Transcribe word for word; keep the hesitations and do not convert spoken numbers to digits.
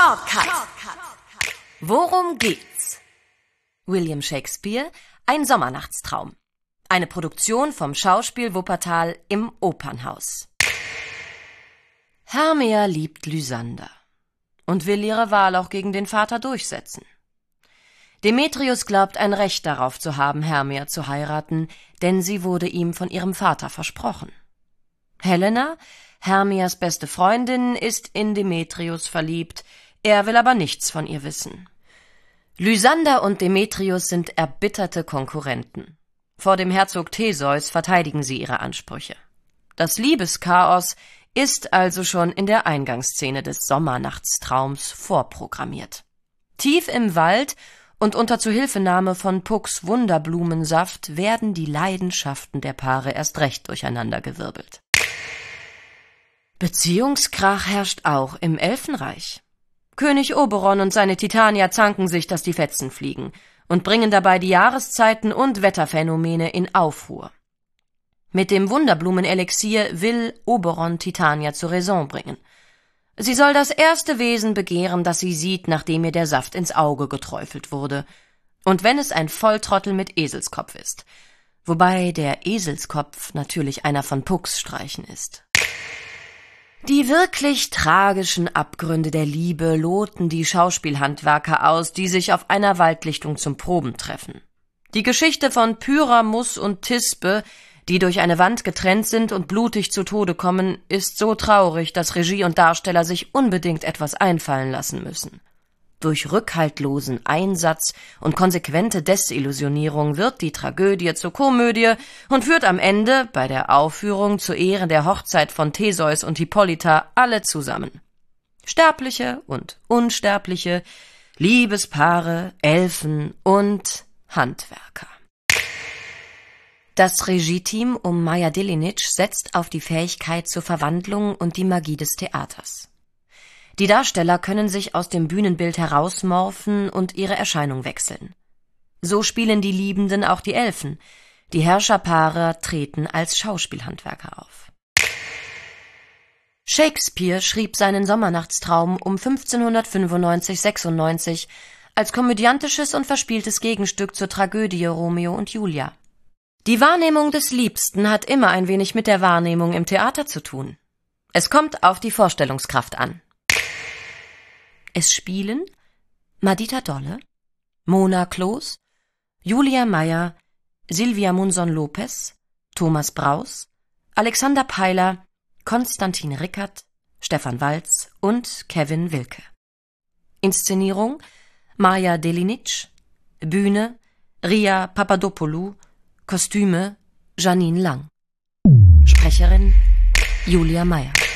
Shortcut. Worum geht's? William Shakespeare, ein Sommernachtstraum. Eine Produktion vom Schauspiel Wuppertal im Opernhaus. Hermia liebt Lysander und will ihre Wahl auch gegen den Vater durchsetzen. Demetrius glaubt ein Recht darauf zu haben, Hermia zu heiraten, denn sie wurde ihm von ihrem Vater versprochen. Helena, Hermias beste Freundin, ist in Demetrius verliebt, er will aber nichts von ihr wissen. Lysander und Demetrius sind erbitterte Konkurrenten. Vor dem Herzog Theseus verteidigen sie ihre Ansprüche. Das Liebeschaos ist also schon in der Eingangsszene des Sommernachtstraums vorprogrammiert. Tief im Wald und unter Zuhilfenahme von Pucks Wunderblumensaft werden die Leidenschaften der Paare erst recht durcheinandergewirbelt. Beziehungskrach herrscht auch im Elfenreich. König Oberon und seine Titania zanken sich, dass die Fetzen fliegen und bringen dabei die Jahreszeiten und Wetterphänomene in Aufruhr. Mit dem Wunderblumenelixier will Oberon Titania zur Raison bringen. Sie soll das erste Wesen begehren, das sie sieht, nachdem ihr der Saft ins Auge geträufelt wurde. Und wenn es ein Volltrottel mit Eselskopf ist. Wobei der Eselskopf natürlich einer von Pucks Streichen ist. Die wirklich tragischen Abgründe der Liebe loten die Schauspielhandwerker aus, die sich auf einer Waldlichtung zum Proben treffen. Die Geschichte von Pyramus und Thisbe, die durch eine Wand getrennt sind und blutig zu Tode kommen, ist so traurig, dass Regie und Darsteller sich unbedingt etwas einfallen lassen müssen. Durch rückhaltlosen Einsatz und konsequente Desillusionierung wird die Tragödie zur Komödie und führt am Ende bei der Aufführung zu Ehren der Hochzeit von Theseus und Hippolyta alle zusammen. Sterbliche und Unsterbliche, Liebespaare, Elfen und Handwerker. Das Regie-Team um Maja Delinic setzt auf die Fähigkeit zur Verwandlung und die Magie des Theaters. Die Darsteller können sich aus dem Bühnenbild herausmorphen und ihre Erscheinung wechseln. So spielen die Liebenden auch die Elfen. Die Herrscherpaare treten als Schauspielhandwerker auf. Shakespeare schrieb seinen Sommernachtstraum um fünfzehnhundertfünfundneunzig sechsundneunzig als komödiantisches und verspieltes Gegenstück zur Tragödie Romeo und Julia. Die Wahrnehmung des Liebsten hat immer ein wenig mit der Wahrnehmung im Theater zu tun. Es kommt auf die Vorstellungskraft an. Es spielen Madita Dolle, Mona Kloos, Julia Meyer, Silvia Munson-Lopez, Thomas Braus, Alexander Peiler, Konstantin Rickert, Stefan Walz und Kevin Wilke. Inszenierung Maja Delinic, Bühne Ria Papadopoulou, Kostüme Janine Lang. Sprecherin Julia Meyer.